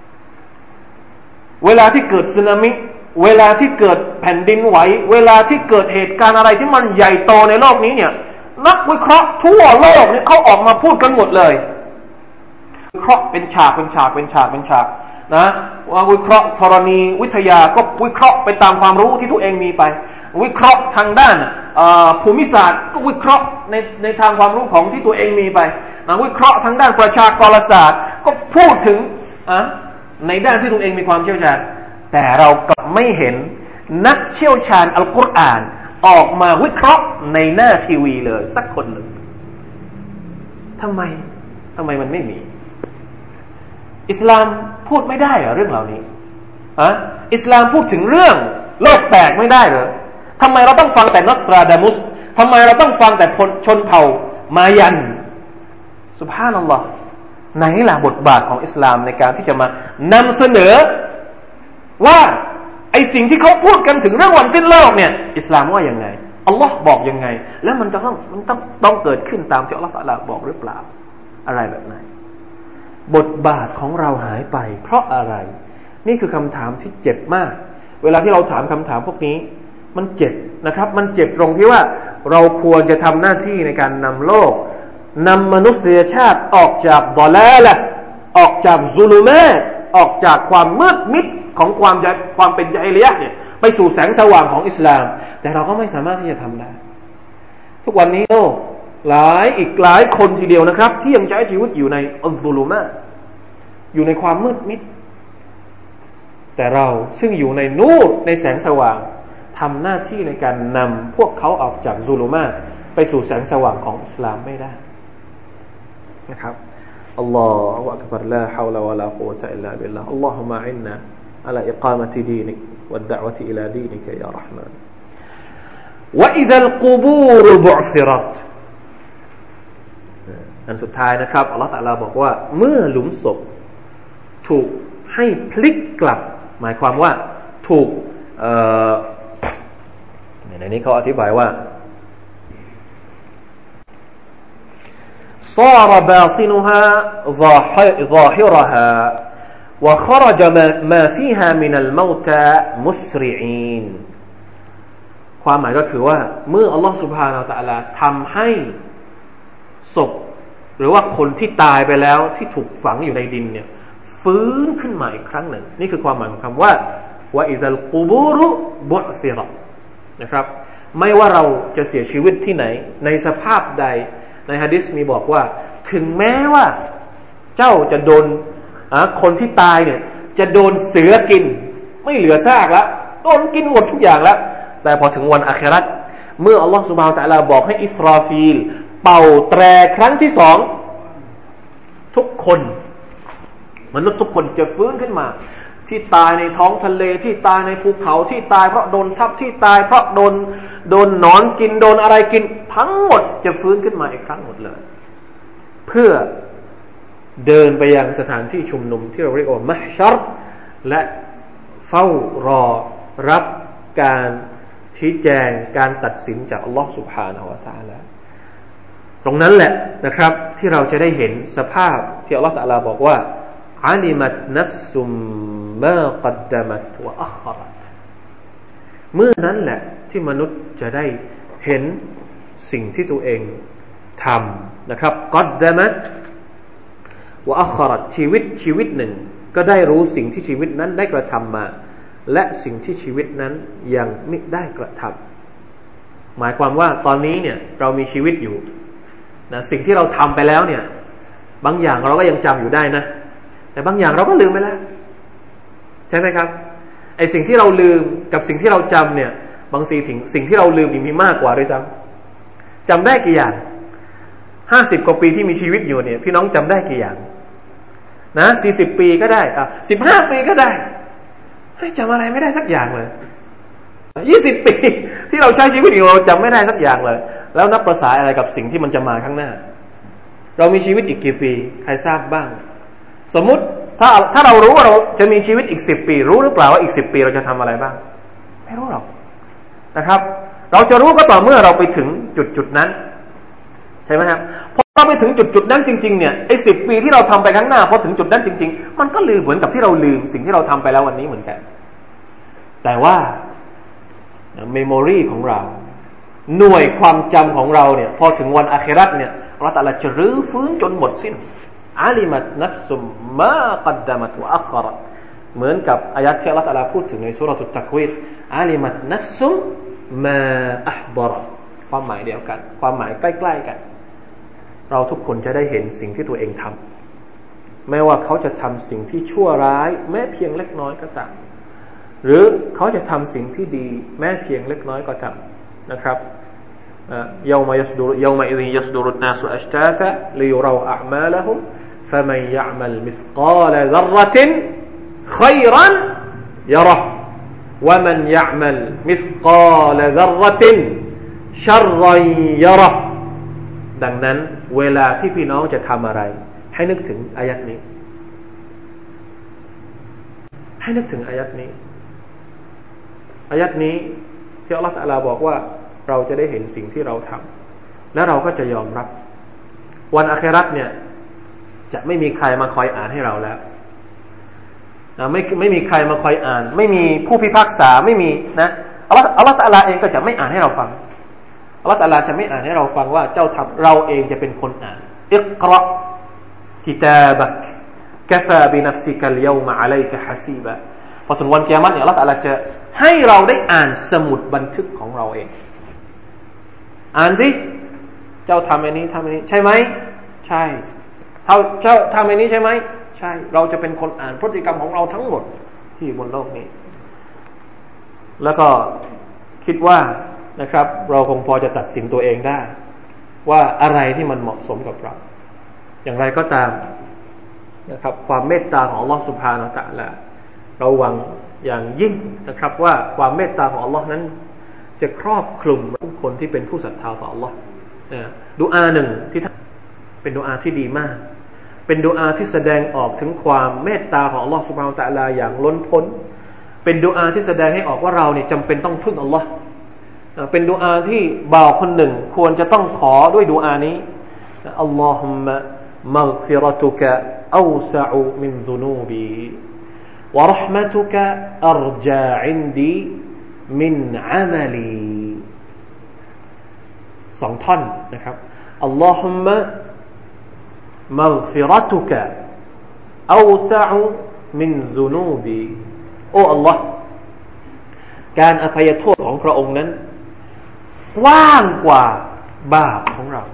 เวลาที่เกิดสึนามิเวลาที่เกิดแผ่นดินไหวเวลาที่เกิดเหตุการณ์อะไรที่มันใหญ่โตในโลกนี้เนี่ยนักวิเคราะห์ทั่วโลกเนี่ยเขาออกมาพูดกันหมดเลยวิเคราะห์เป็นฉากเป็นฉากเป็นฉากเป็นฉากนะว่าวิเคราะห์ธรณีวิทยาก็วิเคราะห์ไปตามความรู้ที่ตัวเองมีไปวิเคราะห์ทางด้านภูมิศาสตร์ก็วิเคราะห์ในในทางความรู้ของที่ตัวเองมีไปนะวิเคราะห์ทางด้านประชากรศาสตร์ก็พูดถึงในด้านที่ตัวเองมีความเชี่ยวชาญแต่เรากลับไม่เห็นนักเชี่ยวชาญอัลกุรอานออกมาวิเคราะห์ในหน้าทีวีเลยสักคนหนึ่งทำไมทำไมมันไม่มีอิสลามพูดไม่ได้เหรอเรื่องเหล่านี้อะอิสลามพูดถึงเรื่องโลกแตกไม่ได้เหรอทำไมเราต้องฟังแต่นอสตราดามุสทำไมเราต้องฟังแต่ชนเผ่ามายันซุบฮานัลลอฮ์ไหนล่ะบทบาทของอิสลามในการที่จะมานำเสนอว่าไอสิ่งที่เขาพูดกันถึงเรื่องวันสิ้นโลกเนี่ยอิสลามว่ายังไงอัลลอฮ์บอกยังไงแล้วมันจะต้องมันต้องต้องเกิดขึ้นตามที่อัลลอฮ์ตะอาลาบอกหรือเปล่าอะไรแบบไหนบทบาทของเราหายไปเพราะอะไรนี่คือคำถามที่เจ็บมากเวลาที่เราถามคำถามพวกนี้มันเจ็บนะครับมันเจ็บตรงที่ว่าเราควรจะทำหน้าที่ในการนำโลกนำมนุษยชาติออกจากฎอลาละห์ออกจากซุลุมาตออกจากความมืดมิดของความความเป็นญาฮิลิยะห์เนี่ยไปสู่แสงสว่างของอิสลามแต่เราก็ไม่สามารถที่จะทำได้ทุกวันนี้โลกหลายอีกหลายคนทีเดียวนะครับที่ยังใช้ชีวิตอยู่ในอัลซุลุมาตอยู่ในความมืดมิดแต่เราซึ่งอยู่ในนูรในแสงสว่างทำหน้าที่ในการนำพวกเขาออกจากซุลุมาตไปสู่แสงสว่างของอิสลามไม่ได้นะครับอัลลอฮฺอักบัรลาฮาวลาวะลากุวะตะอิลลาบิลลาฮ์อัลลอฮุมะอินนาอะลาอิกามะติดีนิกวัดดะอ์วะติอิลาดีนิกยาเราะห์มานวะอิซัลกุบูรบุอซิรัตอันสุดท้ายนะครับอัลเลาะห์ตะอาลาบอกว่าเมื่อหลุมศพถูกให้พลิกกลับหมายความว่าถูกเอ่อในนี้เขาอธิบายว่าصار باطنها ظاهرها وخرج ما فيها من الموتى مسرعين ความหมายก็คือว่าเมื่ออัลลอฮฺซุบฮานะฮูวะตะอาลาทำให้ศพหรือว่าคนที่ตายไปแล้วที่ถูกฝังอยู่ในดินเนี่ยฟื้นขึ้นมาอีกครั้งหนึ่งนี่คือความหมายของคำว่าวะอิซัลกุบูรุบุอซิเราะห์นะครับไม่ว่าเราจะเสียชีวิตที่ไหนในสภาพใดในหะดีษมีบอกว่าถึงแม้ว่าเจ้าจะโดนคนที่ตายเนี่ยจะโดนเสือกินไม่เหลือซากแล้วโดนกินหมดทุกอย่างแล้วแต่พอถึงวันอาคิเราะห์เมื่ออัลลอฮฺซุบฮานะฮูวะตะอาลาบอกให้อิสราฟีลเป่าแตรครั้งที่สองทุกคนมนุษย์ทุกคนจะฟื้นขึ้นมาที่ตายในท้องทะเลที่ตายในภูเขาที่ตายเพราะโดนทับที่ตายเพราะโดนโดนหนอนกินโดนอะไรกินทั้งหมดจะฟื้นขึ้นมาอีกครั้งหมดเลยเพื่อเดินไปยังสถานที่ชุมนุมที่เราเรียกว่ามะฮชัรและเฝ้ารอรับการชี้แจงการตัดสินจากอัลลอฮฺ سبحانه และ تعالى ตรงนั้นแหละนะครับที่เราจะได้เห็นสภาพที่อัลลอฮฺ تعالى บอกว่าอาลิมัตนัฟซุมมากัดดะมัตวะอัครัตเมื่อนั้นแหละที่มนุษย์จะได้เห็นสิ่งที่ตัวเองทำนะครับกัดดะมัตวะอัครัตชีวิตชีวิตหนึ่งก็ได้รู้สิ่งที่ชีวิตนั้นได้กระทำมาและสิ่งที่ชีวิตนั้นยังไม่ได้กระทหมายความว่าตอนนี้เนี่ยเรามีชีวิตอยู่นะสิ่งที่เราทำไปแล้วเนี่ยบางอย่างเราก็ยังจำอยู่ได้นะแต่บางอย่างเราก็ลืมไปแล้วใช่ไหมครับไอ้สิ่งที่เราลืมกับสิ่งที่เราจำเนี่ยบางทีถึงสิ่งที่เราลืมมีมากกว่าด้วยซ้ำจำได้กี่อย่างห้าสิบกว่าปีที่มีชีวิตอยู่เนี่ยพี่น้องจำได้กี่อย่างนะสี่สิบปีก็ได้อ่ะสิบห้าปีก็ได้ให้จำอะไรไม่ได้สักอย่างเลยยี่สิบปีที่เราใช้ชีวิตอยู่เราจำไม่ได้สักอย่างเลยแล้วนับประสาอะไรกับสิ่งที่มันจะมาข้างหน้าเรามีชีวิตอีกกี่ปีใครทราบบ้างสมมุติถ้าถ้าเรารู้ว่าเราจะมีชีวิตอีกสิบปีรู้หรือเปล่าว่าอีกสิบปีเราจะทำอะไรบ้างไม่รู้หรอกนะครับเราจะรู้ก็ต่อเมื่อเราไปถึงจุดจุดนั้นใช่ไหมครับพอเราไปถึงจุดจุดนั้นจริงๆเนี่ยไอ้สิบปีที่เราทำไปข้างหน้าพอถึงจุดนั้นจริงๆมันก็ลืมเหมือนกับที่เราลืมสิ่งที่เราทำไปแล้ววันนี้เหมือนกันแต่ว่าเมมโมรีของเราหน่วยความจำของเราเนี่ยพอถึงวันอาคิเราะห์เนี่ยอัลเลาะห์ตะอาลาจะรื้อฟื้นจนหมดสิ้นอาลิมัตนัฟซุมมากัดดะมัตวะอัคเราะห์เหมือนกับอายะห์ที่อัลเลาะห์ตะอาลาพูดถึงในซูเราะตุตตักวีรอาลิมัตนัฟซุมมาอัห์ฎอเราะห์ความหมายเดียวกันความหมายใกล้ๆกันเราทุกคนจะได้เห็นสิ่งที่ตัวเองทำแม้ว่าเขาจะทำสิ่งที่ชั่วร้ายแม้เพียงเล็กน้อยก็ตามหรือเขาจะทำสิ่งที่ดีแม้เพียงเล็กน้อยก็ตามนะครับยาวมายสดูรยาวมาอิซิยัสดูรุนนาสุอัชตาตะลิยุราอะอ์มาละฮุมฟะมันยะอ์มัลมิสกาลซัรเราะตินขัยรันยะเราะฮ์วะมันยะอ์มัลมิสกาลซัรเราะตินชัรรันยะเราะฮ์ดังนั้นเวลาที่พี่น้องจะทำอะไรให้นึกถึงอายัดนี้ให้นึกถึงอายัดนี้อายัดนี้ที่อัลเลาะห์ตะอาลาบอกว่าเราจะได้เห็นสิ่งที่เราทำและเราก็จะยอมรับวันอาคิเราะห์เนี่ยจะไม่มีใครมาคอยอ่านให้เราแล้วนะไม่ไม่มีใครมาคอยอ่านไม่มีผู้พิพากษาไม่มีนะอัลเลาะห์อัลเลาะห์ตะอาลาเองก็จะไม่อ่านให้เราฟังอัลเลาะห์ตะอาลาจะไม่อ่านให้เราฟังว่าเจ้าทำเราเองจะเป็นคนอ่านอิกเราะห์กิตาบักกะฟาบินัฟซิกัลยอมะอะลัยกะฮะซีบะพอถึงวันกิยามะฮ์เนี่ยอัลเลาะห์ตะอาลาจะให้เราได้อ่านสมุดบันทึกของเราเองอ่านสิเจ้าทำอันนี้ทำอันนี้ใช่ไหมใช่เท่าเจ้าทำอันนี้ใช่ไหมใช่เราจะเป็นคนอ่านพฤติกรรมของเราทั้งหมดที่อยู่บนโลกนี้แล้วก็คิดว่านะครับเราคงพอจะตัดสินตัวเองได้ว่าอะไรที่มันเหมาะสมกับเราอย่างไรก็ตามนะครับความเมตตาของอัลลอฮฺซุบฮานะฮูวะตะอาลาเราหวังอย่างยิ่งนะครับว่าความเมตตาของอัลลอฮฺนั้นจะครอบคลุมทุกคนที่เป็นผู้ศรัทธาต่ออัลลอฮฺดุอาหนึ่งที่เป็นดุอาที่ดีมากเป็นดุอาที่แสดงออกถึงความเมตตาของอัลลอฮฺซุบฮานะฮูวะตะอาลาอย่างล้นพ้นเป็นดุอาที่แสดงให้ออกว่าเราเนี่ยจำเป็นต้องพึ่งอัลลอฮฺเป็นดุอาที่บ่าวคนหนึ่งควรจะต้องขอด้วยดุอานี้อัลลอฮุมะมัฆฟิเราะตุกะอัวซะอุมินซุนูบีวะเราะห์มะตุกะอัรจาอินดีมินอามัลีสองท่อนนะครับอัลลอฮุมะมัฆฟิเราะตุกะอัวซะอุมินซุนูบีโอ้อัลลอฮ์การอภัยโทษของพระองค์นั้นกว้างกว่าบาปของเรา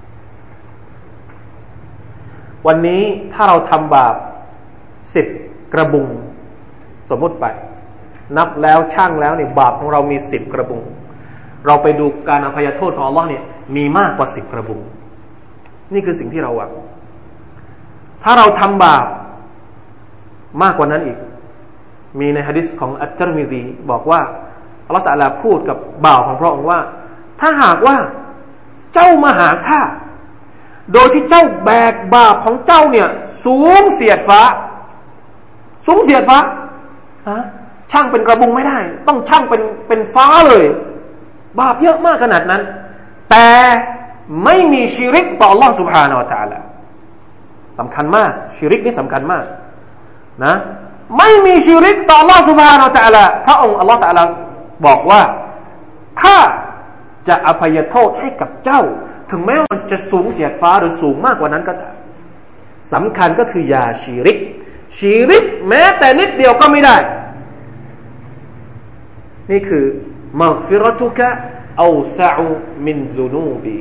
วันนี้ถ้าเราทำบาปสิบกระบุงสมมติไปนับแล้วช่างแล้วเนี่ยบาปของเรามีสิบกระบุงเราไปดูการอภัยโทษของอัลลอฮ์เนี่ยมีมากกว่าสิบกระบุงนี่คือสิ่งที่เราหวังถ้าเราทำบาปมากกว่านั้นอีกมีในหะดีษของอัตติรมิซีบอกว่าอัลลอฮ์ตะอาลาพูดกับบ่าวของพระองค์ว่าถ้าหากว่าเจ้ามาหาข้าโดยที่เจ้าแบกบาปของเจ้าเนี่ยสูงเสียดฟ้าสูงเสียดฟ้าฮะช่างเป็นกระบุงไม่ได้ต้องช่างเป็นเป็นฟ้าเลยบาปเยอะมากขนาดนั้นแต่ไม่มีชิริกต่อ Allah Subhanahu Wa Taala สำคัญมากชิริกนี่สำคัญมากนะไม่มีชิริกต่อ Allah Subhanahu Wa Taala พระองค์ Allah Taala บอกว่าข้าจะอภัยโทษให้กับเจ้าถึงแม้มันจะสูงเสียดฟ้าหรือสูงมากกว่านั้นก็ตามสำคัญก็คืออย่าชิริกชิริกแม้แต่นิดเดียวก็ไม่ได้นี่คือมัฆฟิเราะตุกะอัวซะอุมินซุนูบี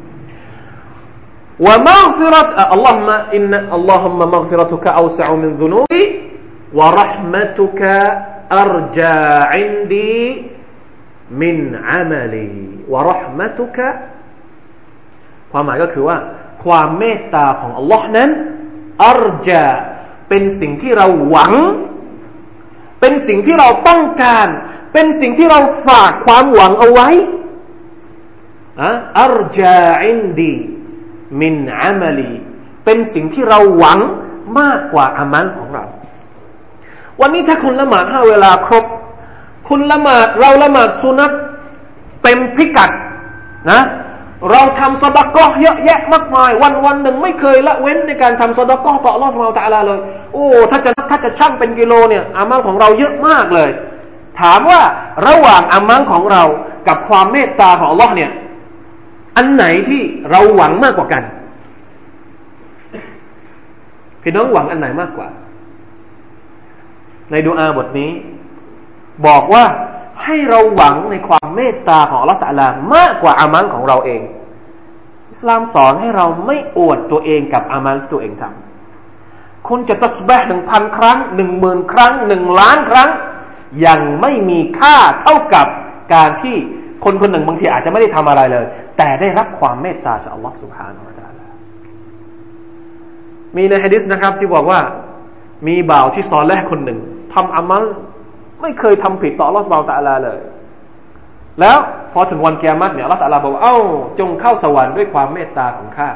วะมัฆฟิเราะตอัลลอฮุมะอินนะอัลลอฮุมะมัฆฟิเราะตุกะอัวซะอุมินซุนูบีวะเราะห์มะตุกะอัรจาอินดีมินอะมะลีวะเราะห์มะตุกะความหมายก็คือว่าความเมตตาของอัลลอฮ์นั้นอัรจาเป็นสิ่งที่เราหวังเป็นสิ่งที่เราต้องการเป็นสิ่งที่เราฝากความหวังเอาไว้อัรจาอินดีมินอะมะลีเป็นสิ่งที่เราหวังมากกว่าอามัลของเราวันนี้ถ้าคุณละหมาดห้าเวลาครบคุณละหมาดเราละหมาดสุนัตเต็มพิกัดนะเราทำซอดาเกาะห์เยอะแยะมากมายวันวันหนึ่งไม่เคยละเว้นในการทำซอดาเกาะห์ต่ออัลเลาะห์ซุบฮานะฮูวะตะอาลาเลยโอ้ถ้าจะถ้าจะชั่งเป็นกิโลเนี่ยอามัลของเราเยอะมากเลยถามว่าระหว่างอามัลของเรากับความเมตตาของอัลเลาะห์เนี่ยอันไหนที่เราหวังมากกว่ากันพี่น้องหวังอันไหนมากกว่าในดุอาบทนี้บอกว่าให้เราหวังในความเมตตาของอัลเลาะห์ตะอาลามากกว่าอามัลของเราเองอิสลามสอนให้เราไม่อวดตัวเองกับอามัลที่ตัวเองทำคุณจะตัสบีห์ หนึ่งพัน ครั้ง หนึ่งหมื่น ครั้ง หนึ่ง ล้านครั้งยังไม่มีค่าเท่ากับการที่คนคนหนึ่งบางทีอาจจะไม่ได้ทำอะไรเลยแต่ได้รับความเมตตาจากอัลเลาะห์ซุบฮานะฮูวะตะอาลามีในหะดีษนะครับที่บอกว่ามีบ่าวที่ซอลิห์คนหนึ่งทำอามัลไม่เคยทำผิดต่ออัลเลาะห์ซุบฮานะฮูวะตะอาลาเลยแล้วพอถึงวันกิยามะฮ์เนี่ยอัลเลาะห์ตะอาลาบอกว่าเอ้าจงเข้าสวรรค์ด้วยความเมตตาของข้า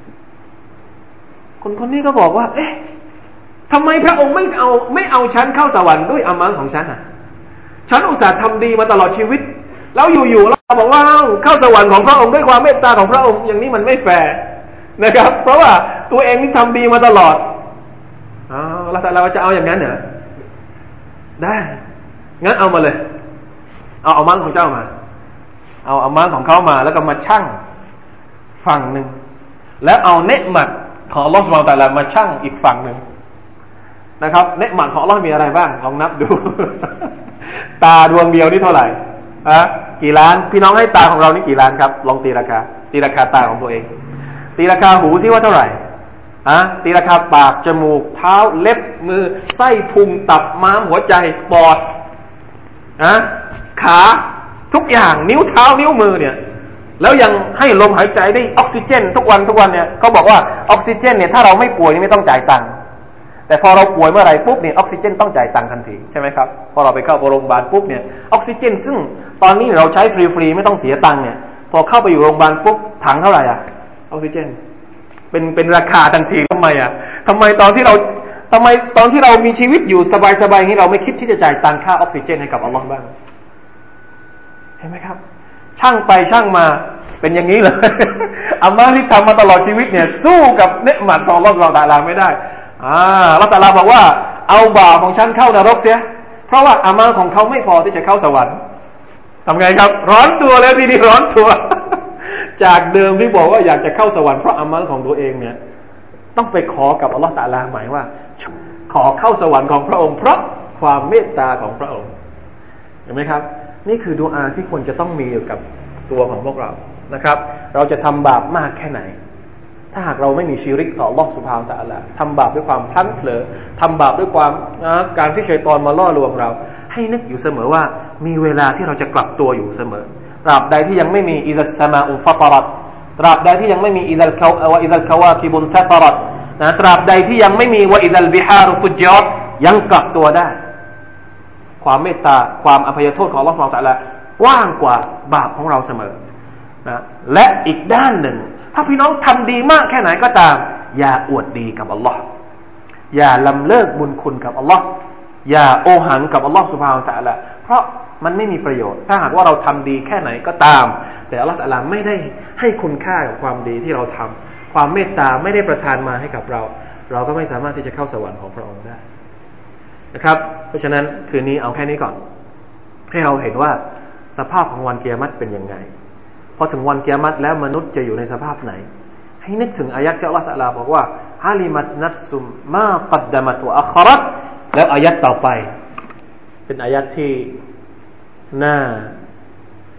คนคนนี้ก็บอกว่าเอ๊ะทำไมพระองค์ไม่เอาไม่เอาฉันเข้าสวรรค์ด้วยอามัลของฉันอ่ะฉันอุตส่าห์ทำดีมาตลอดชีวิตแล้วอยู่ๆเราบอกว่าเข้าสวรรค์ของพระองค์ด้วยความเมตตาของพระองค์อย่างนี้มันไม่แฟร์นะครับเพราะว่าตัวเองนี่ทำดีมาตลอดอ๋ออัลเลาะห์ตะอาลาจะเอาอย่างนั้นเหรอได้งั้นเอามาเลยเอาอามัลของเจ้ามาเอาอามัลของเขามาแล้วก็มาชั่งฝั่งหนึ่งแล้วเอาเนืมัดของอัลเลาะห์ซุบฮานะฮูวะตะอาลามาชั่งอีกฝั่งหนึ่งนะครับเนืมัดของอัลเลาะห์มีอะไรบ้างลองนับดู ตาดวงเดียวนี่เท่าไหร่อะกี่ล้านพี่น้องให้ตาของเรานี่กี่ล้านครับลองตีราคาตีราคาตาของตัวเองตีราคาหูซิว่าเท่าไหร่อะตีราคาปากจมูกเท้าเล็บมือไส้พุงตับม้ามหัวใจปอดอะขาทุกอย่างนิ้วเท้านิ้วมือเนี่ยแล้วยังให้ลมหายใจได้ออกซิเจนทุกวันทุกวันเนี่ยเขาบอกว่าออกซิเจนเนี่ยถ้าเราไม่ป่วยนี่ไม่ต้องจ่ายตังค์แต่พอเราป่วยเมื่อไหร่ปุ๊บเนี่ยออกซิเจนต้องจ่ายตังค์ทันทีใช่ไหมครับพอเราไปเข้าโรงพยาบาลปุ๊บเนี่ยออกซิเจนซึ่งตอนนี้เราใช้ฟรีๆไม่ต้องเสียตังค์เนี่ยพอเข้าไปอยู่โรงพยาบาลปุ๊บถังเท่าไหร่อะออกซิเจนเป็นเป็นราคาทันทีทำไมอะทำไมตอนที่เราทำไมตอนที่เรามีชีวิตอยู่สบายๆนี้เราไม่คิดที่จะจ่ายตังค่าออกซิเจนให้กับอัลลอฮ์บ้างเห็นไหมครับช่างไปช่างมาเป็นอย่างนี้เลย อามัลที่ทำมาตลอดชีวิตเนี่ยสู้กับเนืมัดของอัลลอฮ์ซุบฮานะฮูวะตะอาลาไม่ได้อ่าอัลเลาะห์ตะอาลาบอกว่าเอาบ่าวของฉันเข้านรกเสียเพราะว่าอามัลของเขาไม่พอที่จะเข้าสวรรค์ทำไงครับร้อนตัวแล้วทีนี้ร้อนตัว จากเดิมที่บอกว่าอยากจะเข้าสวรรค์เพราะอามัลของตัวเองเนี่ยต้องไปขอกับอัลเลาะห์ตะอาลาหมายว่าขอเข้าสวรรค์ของพระองค์เพราะความเมตตาของพระองค์เห็นไหมครับนี่คือดุอาที่ควรจะต้องมีอยู่กับตัวของพวกเรานะครับเราจะทำบาปมากแค่ไหนถ้าหากเราไม่มีชิริกต่ออัลเลาะห์ซุบฮานะฮูวะตะอาลาทำบาปด้วยความพลั้งเผลอทำบาปด้วยความการที่ชัยฏอนมาล่อลวงเราให้นึกอยู่เสมอว่ามีเวลาที่เราจะกลับตัวอยู่เสมอตราบใดที่ยังไม่มีอิซัสสมาอุฟัตรัตตราบใดที่ยังไม่มีอิซัลกาวะอิซัลกาวาคิบุนตัฟรัตนะตราบใดที่ยังไม่มีวะอิซัลบิฮารุฟุจญัตยังกลับตัวได้ความเมตตาความอภัยโทษของอัลเลาะห์ซุบฮานะฮูวะตะอาลากว้างกว่าบาปของเราเสมอนะและอีกด้านหนึ่งถ้าพี่น้องทำดีมากแค่ไหนก็ตามอย่าอวดดีกับอัลลอฮ์อย่าลำเลิกบุญคุณกับอัลลอฮ์อย่าโอหังกับอัลลอฮ์ซุบฮานะฮูวะตะอาลาเพราะมันไม่มีประโยชน์ถ้าหากว่าเราทำดีแค่ไหนก็ตามแต่อัลลอฮ์ตะอาลาไม่ได้ให้คุณค่ากับความดีที่เราทำความเมตตาไม่ได้ประทานมาให้กับเราเราก็ไม่สามารถที่จะเข้าสวรรค์ของพระองค์ได้นะครับเพราะฉะนั้นคืนนี้เอาแค่นี้ก่อนให้เราเห็นว่าสภาพของวันกิยามะฮ์เป็นยังไงพอถึงวันกิยามะฮ์แล้วมนุษย์จะอยู่ในสภาพไหนให้นึกถึงอายะห์ที่อัลเลาะห์ตะอาลาบอกว่าฮาลิมัตนัฟซุมมากัดดะมัตวะอัครัตแล้วอายะห์ต่อไปเป็นอายะห์ที่น่า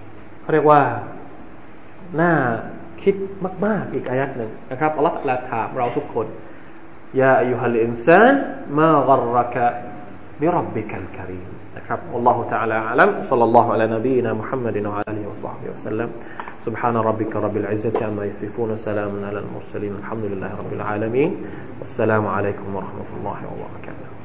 เรียกว่าน่าคิดมากๆอีกอายัดหนึ่งนะครับอัลเลาะห์ตะอาลาถามเราทุกคนยาอัยยูฮัลอินซานมาฆรรกะบิร็อบบิกัลกะรีมนะครับวัลลอฮุตะอาลาอะลัมศ็อลลัลลอฮุอะลานะบีนะมุฮัมมัดวะอะลิฮิวะศอฮบิฮิวะซัลลัมسبحان ربك رب العزة عما يصفون وسلام على المرسلين الحمد لله رب العالمين والسلام عليكم ورحمة الله وبركاته